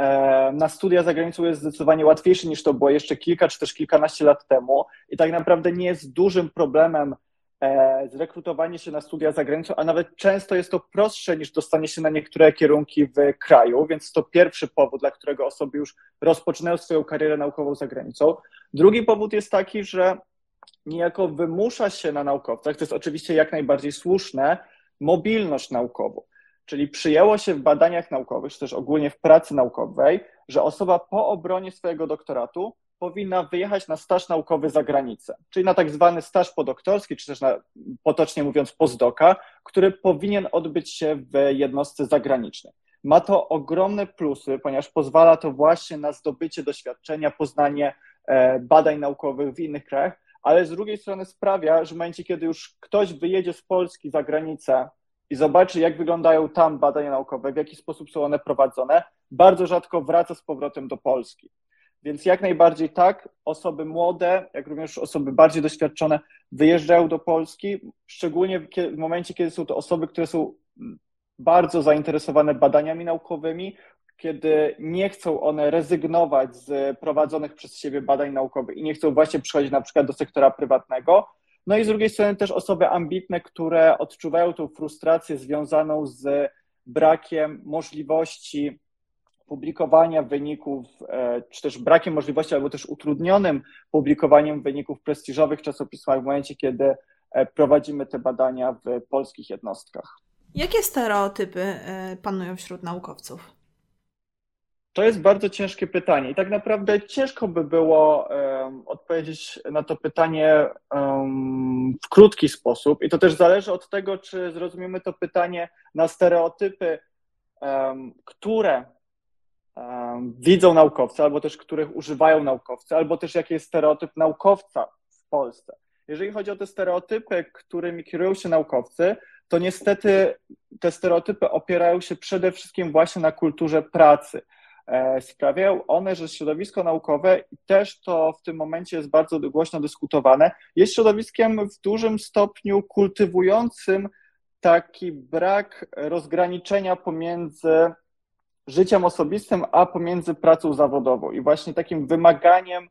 na studia za granicą jest zdecydowanie łatwiejszy niż to było jeszcze kilka czy też kilkanaście lat temu i tak naprawdę nie jest dużym problemem zrekrutowanie się na studia za granicą, a nawet często jest to prostsze niż dostanie się na niektóre kierunki w kraju, więc to pierwszy powód, dla którego osoby już rozpoczynają swoją karierę naukową za granicą. Drugi powód jest taki, że niejako wymusza się na naukowcach, to jest oczywiście jak najbardziej słuszne, mobilność naukową. Czyli przyjęło się w badaniach naukowych, czy też ogólnie w pracy naukowej, że osoba po obronie swojego doktoratu powinna wyjechać na staż naukowy za granicę, czyli na tak zwany staż podoktorski, czy też na, potocznie mówiąc postdoka, który powinien odbyć się w jednostce zagranicznej. Ma to ogromne plusy, ponieważ pozwala to właśnie na zdobycie doświadczenia, poznanie badań naukowych w innych krajach, ale z drugiej strony sprawia, że w momencie, kiedy już ktoś wyjedzie z Polski za granicę i zobaczy, jak wyglądają tam badania naukowe, w jaki sposób są one prowadzone, bardzo rzadko wraca z powrotem do Polski. Więc jak najbardziej tak, osoby młode, jak również osoby bardziej doświadczone wyjeżdżają do Polski, szczególnie w momencie, kiedy są to osoby, które są bardzo zainteresowane badaniami naukowymi, kiedy nie chcą one rezygnować z prowadzonych przez siebie badań naukowych i nie chcą właśnie przychodzić na przykład do sektora prywatnego. No i z drugiej strony też osoby ambitne, które odczuwają tą frustrację związaną z brakiem możliwości publikowania wyników, czy też brakiem możliwości, albo też utrudnionym publikowaniem wyników w prestiżowych czasopismach w momencie, kiedy prowadzimy te badania w polskich jednostkach. Jakie stereotypy panują wśród naukowców? To jest bardzo ciężkie pytanie i tak naprawdę ciężko by było um, odpowiedzieć na to pytanie um, w krótki sposób i to też zależy od tego, czy zrozumiemy to pytanie na stereotypy, um, które um, widzą naukowcy, albo też których używają naukowcy, albo też jaki jest stereotyp naukowca w Polsce. Jeżeli chodzi o te stereotypy, którymi kierują się naukowcy, to niestety te stereotypy opierają się przede wszystkim właśnie na kulturze pracy. Sprawiają one, że środowisko naukowe, i też to w tym momencie jest bardzo głośno dyskutowane, jest środowiskiem w dużym stopniu kultywującym taki brak rozgraniczenia pomiędzy życiem osobistym, a pomiędzy pracą zawodową. I właśnie takim wymaganiem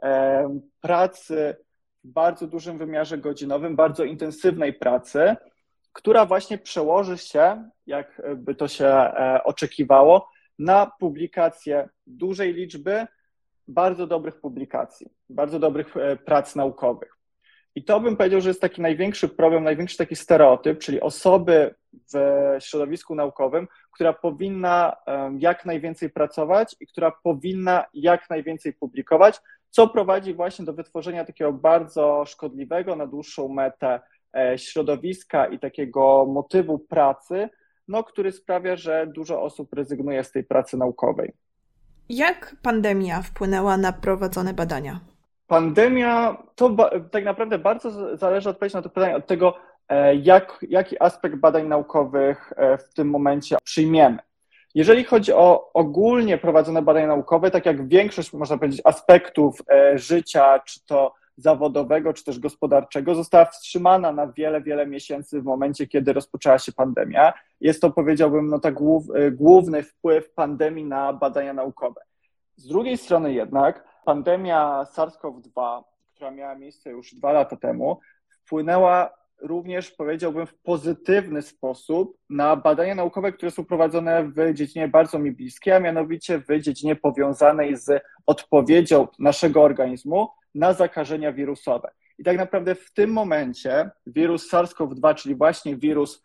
e, pracy w bardzo dużym wymiarze godzinowym, bardzo intensywnej pracy, która właśnie przełoży się, jakby to się e, oczekiwało, na publikację dużej liczby bardzo dobrych publikacji, bardzo dobrych e, prac naukowych. I to bym powiedział, że jest taki największy problem, największy taki stereotyp, czyli osoby w środowisku naukowym, która powinna jak najwięcej pracować i która powinna jak najwięcej publikować, co prowadzi właśnie do wytworzenia takiego bardzo szkodliwego na dłuższą metę środowiska i takiego motywu pracy, no, który sprawia, że dużo osób rezygnuje z tej pracy naukowej. Jak pandemia wpłynęła na prowadzone badania? Pandemia, to ba- tak naprawdę bardzo zależy odpowiedź na to pytanie od tego, jak, jaki aspekt badań naukowych w tym momencie przyjmiemy. Jeżeli chodzi o ogólnie prowadzone badania naukowe, tak jak większość, można powiedzieć, aspektów życia, czy to zawodowego, czy też gospodarczego, została wstrzymana na wiele, wiele miesięcy w momencie, kiedy rozpoczęła się pandemia. Jest to, powiedziałbym, no tak głów, główny wpływ pandemii na badania naukowe. Z drugiej strony jednak pandemia SARS-CoV dwa, która miała miejsce już dwa lata temu, wpłynęła również, powiedziałbym, w pozytywny sposób na badania naukowe, które są prowadzone w dziedzinie bardzo mi bliskiej, a mianowicie w dziedzinie powiązanej z odpowiedzią naszego organizmu na zakażenia wirusowe. I tak naprawdę w tym momencie wirus SARS-CoV dwa, czyli właśnie wirus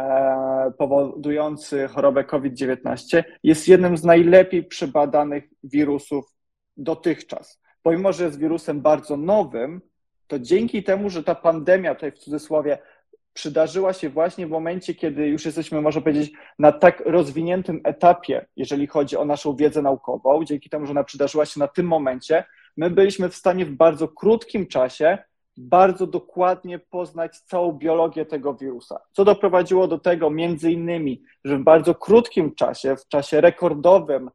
e, powodujący chorobę COVID dziewiętnaście, jest jednym z najlepiej przebadanych wirusów dotychczas. Pomimo że jest wirusem bardzo nowym, to dzięki temu, że ta pandemia, tutaj w cudzysłowie, przydarzyła się właśnie w momencie, kiedy już jesteśmy, można powiedzieć, na tak rozwiniętym etapie, jeżeli chodzi o naszą wiedzę naukową, dzięki temu, że ona przydarzyła się na tym momencie, my byliśmy w stanie w bardzo krótkim czasie bardzo dokładnie poznać całą biologię tego wirusa, co doprowadziło do tego między innymi, że w bardzo krótkim czasie, w czasie rekordowym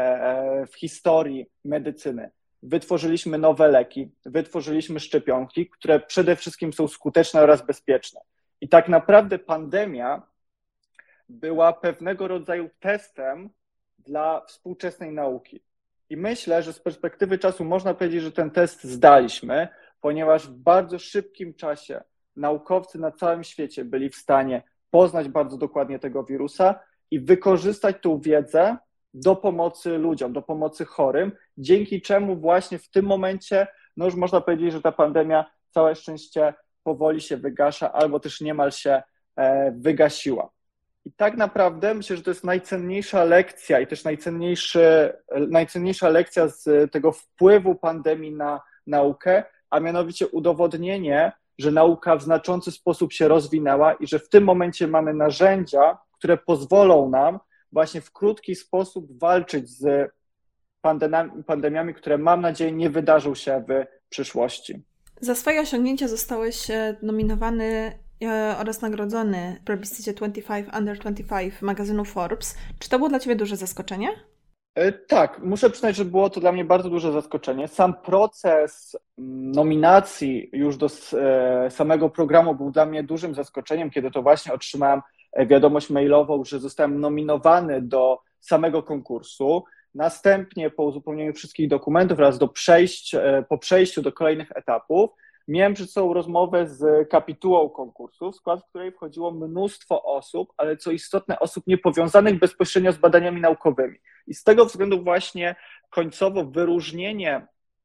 w historii medycyny, wytworzyliśmy nowe leki, wytworzyliśmy szczepionki, które przede wszystkim są skuteczne oraz bezpieczne. I tak naprawdę pandemia była pewnego rodzaju testem dla współczesnej nauki. I myślę, że z perspektywy czasu można powiedzieć, że ten test zdaliśmy, ponieważ w bardzo szybkim czasie naukowcy na całym świecie byli w stanie poznać bardzo dokładnie tego wirusa i wykorzystać tą wiedzę do pomocy ludziom, do pomocy chorym, dzięki czemu właśnie w tym momencie, no już można powiedzieć, że ta pandemia całe szczęście powoli się wygasza albo też niemal się wygasiła. I tak naprawdę myślę, że to jest najcenniejsza lekcja i też najcenniejszy, najcenniejsza lekcja z tego wpływu pandemii na naukę, a mianowicie udowodnienie, że nauka w znaczący sposób się rozwinęła i że w tym momencie mamy narzędzia, które pozwolą nam właśnie w krótki sposób walczyć z pandemiami, pandemiami, które mam nadzieję nie wydarzą się w przyszłości. Za swoje osiągnięcia zostałeś nominowany oraz nagrodzony w plebiscycie dwadzieścia pięć under dwadzieścia pięć magazynu Forbes. Czy to było dla Ciebie duże zaskoczenie? Tak, muszę przyznać, że było to dla mnie bardzo duże zaskoczenie. Sam proces nominacji już do samego programu był dla mnie dużym zaskoczeniem, kiedy to właśnie otrzymałem wiadomość mailową, że zostałem nominowany do samego konkursu. Następnie po uzupełnieniu wszystkich dokumentów oraz do przejść, po przejściu do kolejnych etapów miałem przed sobą rozmowę z kapitułą konkursu, w skład której wchodziło mnóstwo osób, ale co istotne osób niepowiązanych bezpośrednio z badaniami naukowymi. I z tego względu właśnie końcowo wyróżnienie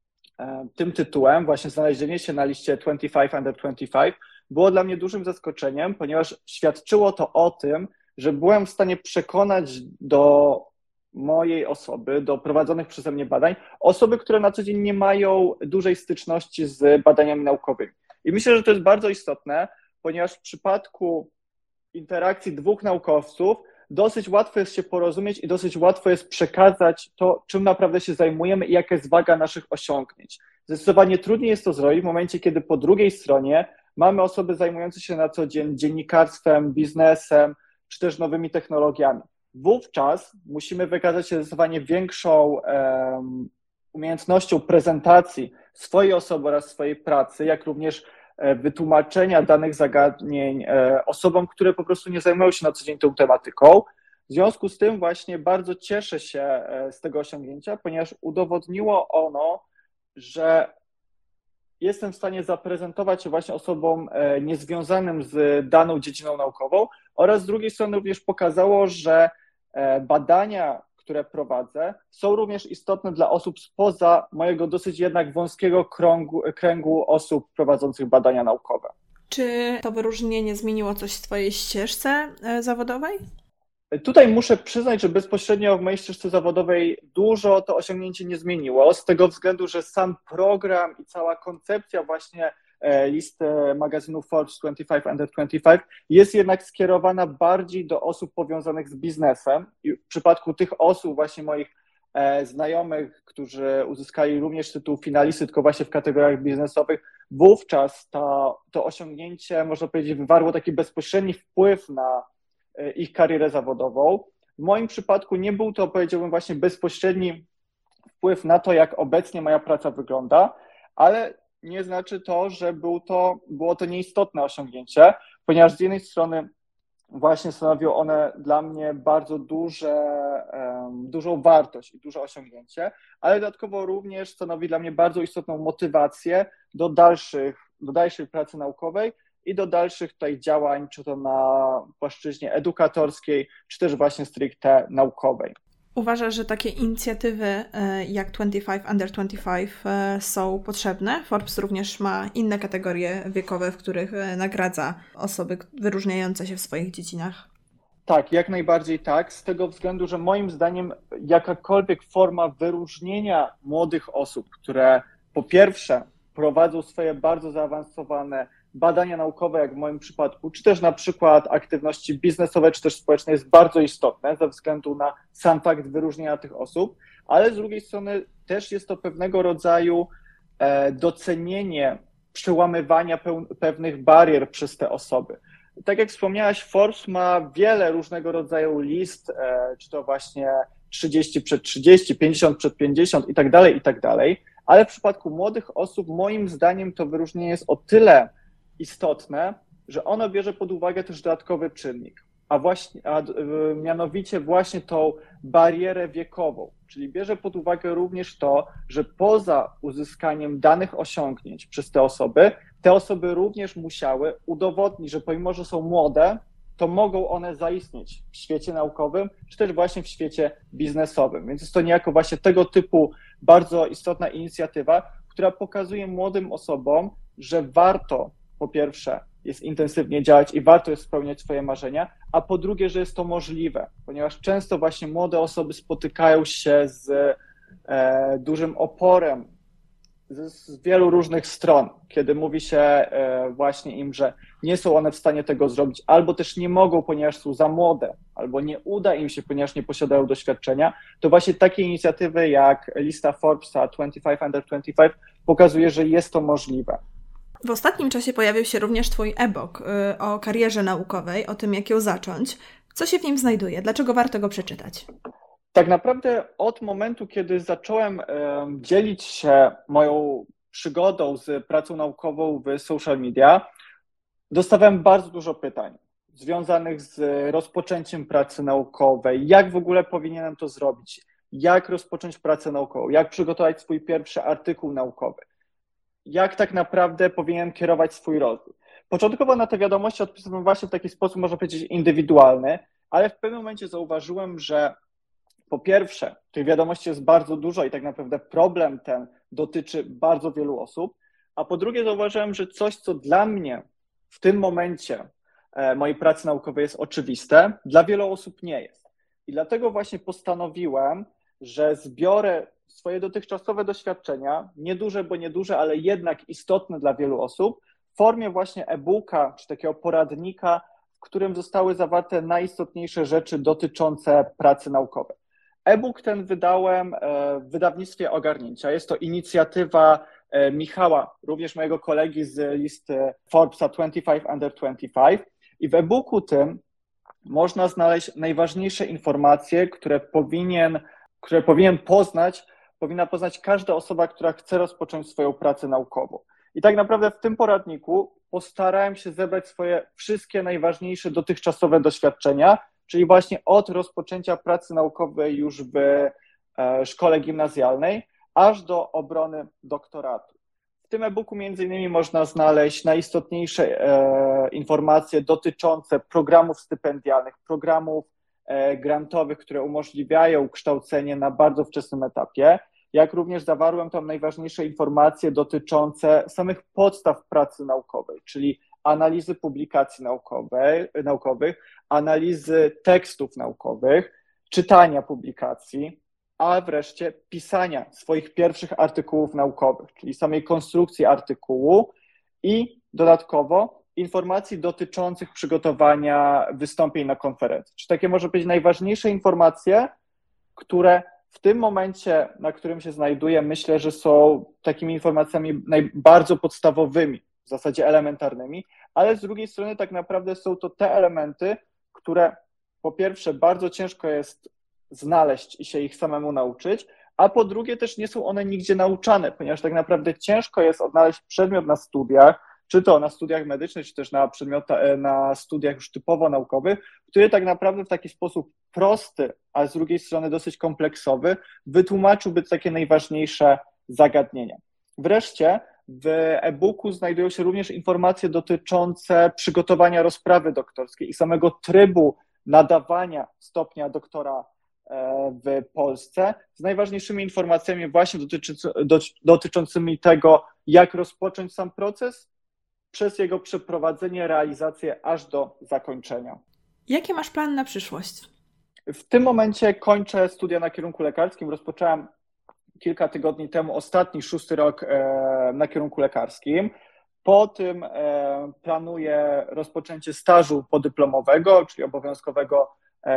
tym tytułem, właśnie znalezienie się na liście dwadzieścia pięć under dwadzieścia pięć było dla mnie dużym zaskoczeniem, ponieważ świadczyło to o tym, że byłem w stanie przekonać do mojej osoby, do prowadzonych przeze mnie badań, osoby, które na co dzień nie mają dużej styczności z badaniami naukowymi. I myślę, że to jest bardzo istotne, ponieważ w przypadku interakcji dwóch naukowców dosyć łatwo jest się porozumieć i dosyć łatwo jest przekazać to, czym naprawdę się zajmujemy i jaka jest waga naszych osiągnięć. Zdecydowanie trudniej jest to zrobić w momencie, kiedy po drugiej stronie Mamy osoby zajmujące się na co dzień dziennikarstwem, biznesem, czy też nowymi technologiami. Wówczas musimy wykazać się zdecydowanie większą um, umiejętnością prezentacji swojej osoby oraz swojej pracy, jak również wytłumaczenia danych zagadnień osobom, które po prostu nie zajmują się na co dzień tą tematyką. W związku z tym właśnie bardzo cieszę się z tego osiągnięcia, ponieważ udowodniło ono, że jestem w stanie zaprezentować się właśnie osobom niezwiązanym z daną dziedziną naukową oraz z drugiej strony również pokazało, że badania, które prowadzę, są również istotne dla osób spoza mojego dosyć jednak wąskiego kręgu, kręgu osób prowadzących badania naukowe. Czy to wyróżnienie zmieniło coś w Twojej ścieżce zawodowej? Tutaj muszę przyznać, że bezpośrednio w mojej ścieżce zawodowej dużo to osiągnięcie nie zmieniło, z tego względu, że sam program i cała koncepcja właśnie listy magazynu Forbes dwadzieścia pięć under dwadzieścia pięć jest jednak skierowana bardziej do osób powiązanych z biznesem i w przypadku tych osób, właśnie moich znajomych, którzy uzyskali również tytuł finalisty, tylko właśnie w kategoriach biznesowych, wówczas to, to osiągnięcie, można powiedzieć, wywarło taki bezpośredni wpływ na ich karierę zawodową. W moim przypadku nie był to, powiedziałbym, właśnie bezpośredni wpływ na to, jak obecnie moja praca wygląda, ale nie znaczy to, że był to, było to nieistotne osiągnięcie, ponieważ z jednej strony właśnie stanowią one dla mnie bardzo duże, um, dużą wartość i duże osiągnięcie, ale dodatkowo również stanowi dla mnie bardzo istotną motywację do dalszych, do dalszej pracy naukowej i do dalszych tutaj działań, czy to na płaszczyźnie edukatorskiej, czy też właśnie stricte naukowej. Uważasz, że takie inicjatywy jak dwadzieścia pięć under dwadzieścia pięć są potrzebne? Forbes również ma inne kategorie wiekowe, w których nagradza osoby wyróżniające się w swoich dziedzinach. Tak, jak najbardziej tak, z tego względu, że moim zdaniem jakakolwiek forma wyróżnienia młodych osób, które po pierwsze prowadzą swoje bardzo zaawansowane badania naukowe, jak w moim przypadku, czy też na przykład aktywności biznesowe, czy też społeczne jest bardzo istotne ze względu na sam fakt wyróżnienia tych osób, ale z drugiej strony też jest to pewnego rodzaju docenienie przełamywania pewnych barier przez te osoby. Tak jak wspomniałaś, Forbes ma wiele różnego rodzaju list, czy to właśnie trzydzieści przed trzydzieści, pięćdziesiąt przed pięćdziesiąt i tak dalej, i tak dalej, ale w przypadku młodych osób moim zdaniem to wyróżnienie jest o tyle istotne, że ono bierze pod uwagę też dodatkowy czynnik, a właśnie, a mianowicie właśnie tą barierę wiekową, czyli bierze pod uwagę również to, że poza uzyskaniem danych osiągnięć przez te osoby, te osoby również musiały udowodnić, że pomimo, że są młode, to mogą one zaistnieć w świecie naukowym, czy też właśnie w świecie biznesowym. Więc jest to niejako właśnie tego typu bardzo istotna inicjatywa, która pokazuje młodym osobom, że warto po pierwsze jest intensywnie działać i warto jest spełniać swoje marzenia, a po drugie, że jest to możliwe, ponieważ często właśnie młode osoby spotykają się z e, dużym oporem z, z wielu różnych stron, kiedy mówi się e, właśnie im, że nie są one w stanie tego zrobić, albo też nie mogą, ponieważ są za młode, albo nie uda im się, ponieważ nie posiadają doświadczenia, to właśnie takie inicjatywy jak lista Forbesa dwadzieścia pięć under dwadzieścia pięć pokazuje, że jest to możliwe. W ostatnim czasie pojawił się również Twój e-book y, o karierze naukowej, o tym, jak ją zacząć. Co się w nim znajduje? Dlaczego warto go przeczytać? Tak naprawdę od momentu, kiedy zacząłem y, dzielić się moją przygodą z pracą naukową w social media, dostawałem bardzo dużo pytań związanych z rozpoczęciem pracy naukowej, jak w ogóle powinienem to zrobić, jak rozpocząć pracę naukową, jak przygotować swój pierwszy artykuł naukowy, jak tak naprawdę powinien kierować swój rozwój. Początkowo na te wiadomości odpisywałem właśnie w taki sposób, można powiedzieć, indywidualny, ale w pewnym momencie zauważyłem, że po pierwsze, tych wiadomości jest bardzo dużo i tak naprawdę problem ten dotyczy bardzo wielu osób, a po drugie zauważyłem, że coś, co dla mnie w tym momencie mojej pracy naukowej jest oczywiste, dla wielu osób nie jest. I dlatego właśnie postanowiłem, że zbiorę swoje dotychczasowe doświadczenia, nieduże, bo nieduże, ale jednak istotne dla wielu osób, w formie właśnie e-booka czy takiego poradnika, w którym zostały zawarte najistotniejsze rzeczy dotyczące pracy naukowej. E-book ten wydałem w wydawnictwie Ogarnięcia. Jest to inicjatywa Michała, również mojego kolegi z listy Forbesa dwadzieścia pięć under dwadzieścia pięć. I w e-booku tym można znaleźć najważniejsze informacje, które powinien, które powinien poznać, powinna poznać każda osoba, która chce rozpocząć swoją pracę naukową. I tak naprawdę w tym poradniku postarałem się zebrać swoje wszystkie najważniejsze dotychczasowe doświadczenia, czyli właśnie od rozpoczęcia pracy naukowej już w szkole gimnazjalnej, aż do obrony doktoratu. W tym e-booku między innymi można znaleźć najistotniejsze e, informacje dotyczące programów stypendialnych, programów e, grantowych, które umożliwiają kształcenie na bardzo wczesnym etapie, jak również zawarłem tam najważniejsze informacje dotyczące samych podstaw pracy naukowej, czyli analizy publikacji naukowej, naukowych, analizy tekstów naukowych, czytania publikacji, a wreszcie pisania swoich pierwszych artykułów naukowych, czyli samej konstrukcji artykułu i dodatkowo informacji dotyczących przygotowania wystąpień na konferencji. Czy takie może być najważniejsze informacje, które w tym momencie, na którym się znajduję, myślę, że są takimi informacjami bardzo podstawowymi, w zasadzie elementarnymi, ale z drugiej strony tak naprawdę są to te elementy, które po pierwsze bardzo ciężko jest znaleźć i się ich samemu nauczyć, a po drugie też nie są one nigdzie nauczane, ponieważ tak naprawdę ciężko jest odnaleźć przedmiot na studiach, czy to na studiach medycznych, czy też na, przedmiota, na studiach już typowo naukowych, który tak naprawdę w taki sposób prosty, a z drugiej strony dosyć kompleksowy, wytłumaczyłby takie najważniejsze zagadnienia. Wreszcie w e-booku znajdują się również informacje dotyczące przygotowania rozprawy doktorskiej i samego trybu nadawania stopnia doktora w Polsce z najważniejszymi informacjami właśnie dotyczący, dotyczącymi tego, jak rozpocząć sam proces, przez jego przeprowadzenie, realizację aż do zakończenia. Jakie masz plany na przyszłość? W tym momencie kończę studia na kierunku lekarskim. Rozpocząłem kilka tygodni temu ostatni, szósty rok na kierunku lekarskim. Po tym planuję rozpoczęcie stażu podyplomowego, czyli obowiązkowego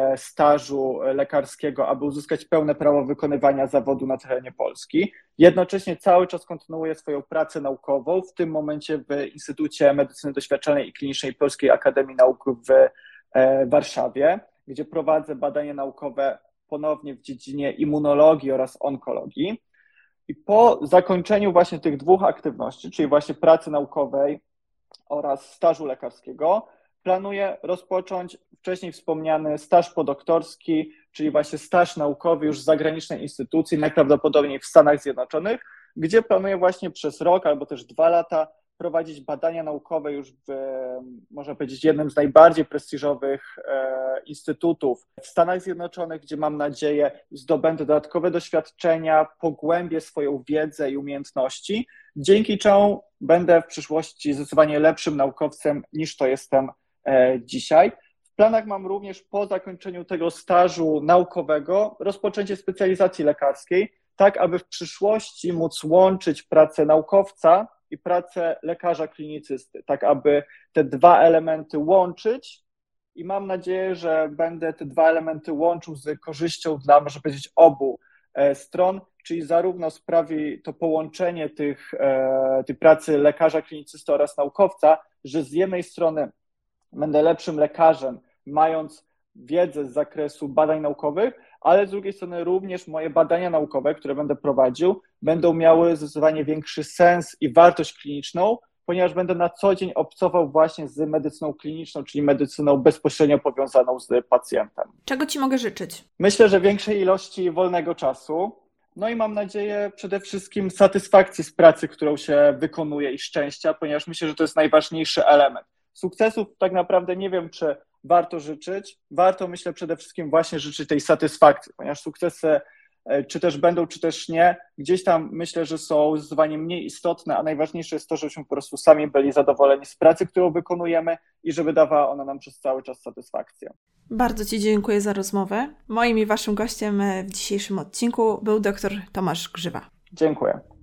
stażu lekarskiego, aby uzyskać pełne prawo wykonywania zawodu na terenie Polski. Jednocześnie cały czas kontynuuję swoją pracę naukową, w tym momencie w Instytucie Medycyny Doświadczalnej i Klinicznej Polskiej Akademii Nauk w Warszawie, gdzie prowadzę badania naukowe ponownie w dziedzinie immunologii oraz onkologii. I po zakończeniu właśnie tych dwóch aktywności, czyli właśnie pracy naukowej oraz stażu lekarskiego, planuję rozpocząć wcześniej wspomniany staż podoktorski, czyli właśnie staż naukowy już w zagranicznej instytucji, najprawdopodobniej w Stanach Zjednoczonych, gdzie planuję właśnie przez rok albo też dwa lata prowadzić badania naukowe już w, można powiedzieć, jednym z najbardziej prestiżowych e, instytutów w Stanach Zjednoczonych, gdzie mam nadzieję zdobędę dodatkowe doświadczenia, pogłębię swoją wiedzę i umiejętności, dzięki czemu będę w przyszłości zdecydowanie lepszym naukowcem niż to jestem e, dzisiaj. W planach mam również po zakończeniu tego stażu naukowego rozpoczęcie specjalizacji lekarskiej, tak aby w przyszłości móc łączyć pracę naukowca i pracę lekarza klinicysty, tak aby te dwa elementy łączyć i mam nadzieję, że będę te dwa elementy łączył z korzyścią dla, można powiedzieć, obu stron, czyli zarówno sprawi to połączenie tych, tej pracy lekarza klinicysty oraz naukowca, że z jednej strony będę lepszym lekarzem, mając wiedzę z zakresu badań naukowych, ale z drugiej strony również moje badania naukowe, które będę prowadził, będą miały zdecydowanie większy sens i wartość kliniczną, ponieważ będę na co dzień obcował właśnie z medycyną kliniczną, czyli medycyną bezpośrednio powiązaną z pacjentem. Czego Ci mogę życzyć? Myślę, że większej ilości wolnego czasu, no i mam nadzieję przede wszystkim satysfakcji z pracy, którą się wykonuje i szczęścia, ponieważ myślę, że to jest najważniejszy element. Sukcesów tak naprawdę nie wiem, czy warto życzyć. Warto, myślę, przede wszystkim właśnie życzyć tej satysfakcji, ponieważ sukcesy, czy też będą, czy też nie, gdzieś tam myślę, że są zdecydowanie mniej istotne, a najważniejsze jest to, żebyśmy po prostu sami byli zadowoleni z pracy, którą wykonujemy i żeby dawała ona nam przez cały czas satysfakcję. Bardzo Ci dziękuję za rozmowę. Moim i Waszym gościem w dzisiejszym odcinku był dr Tomasz Grzywa. Dziękuję.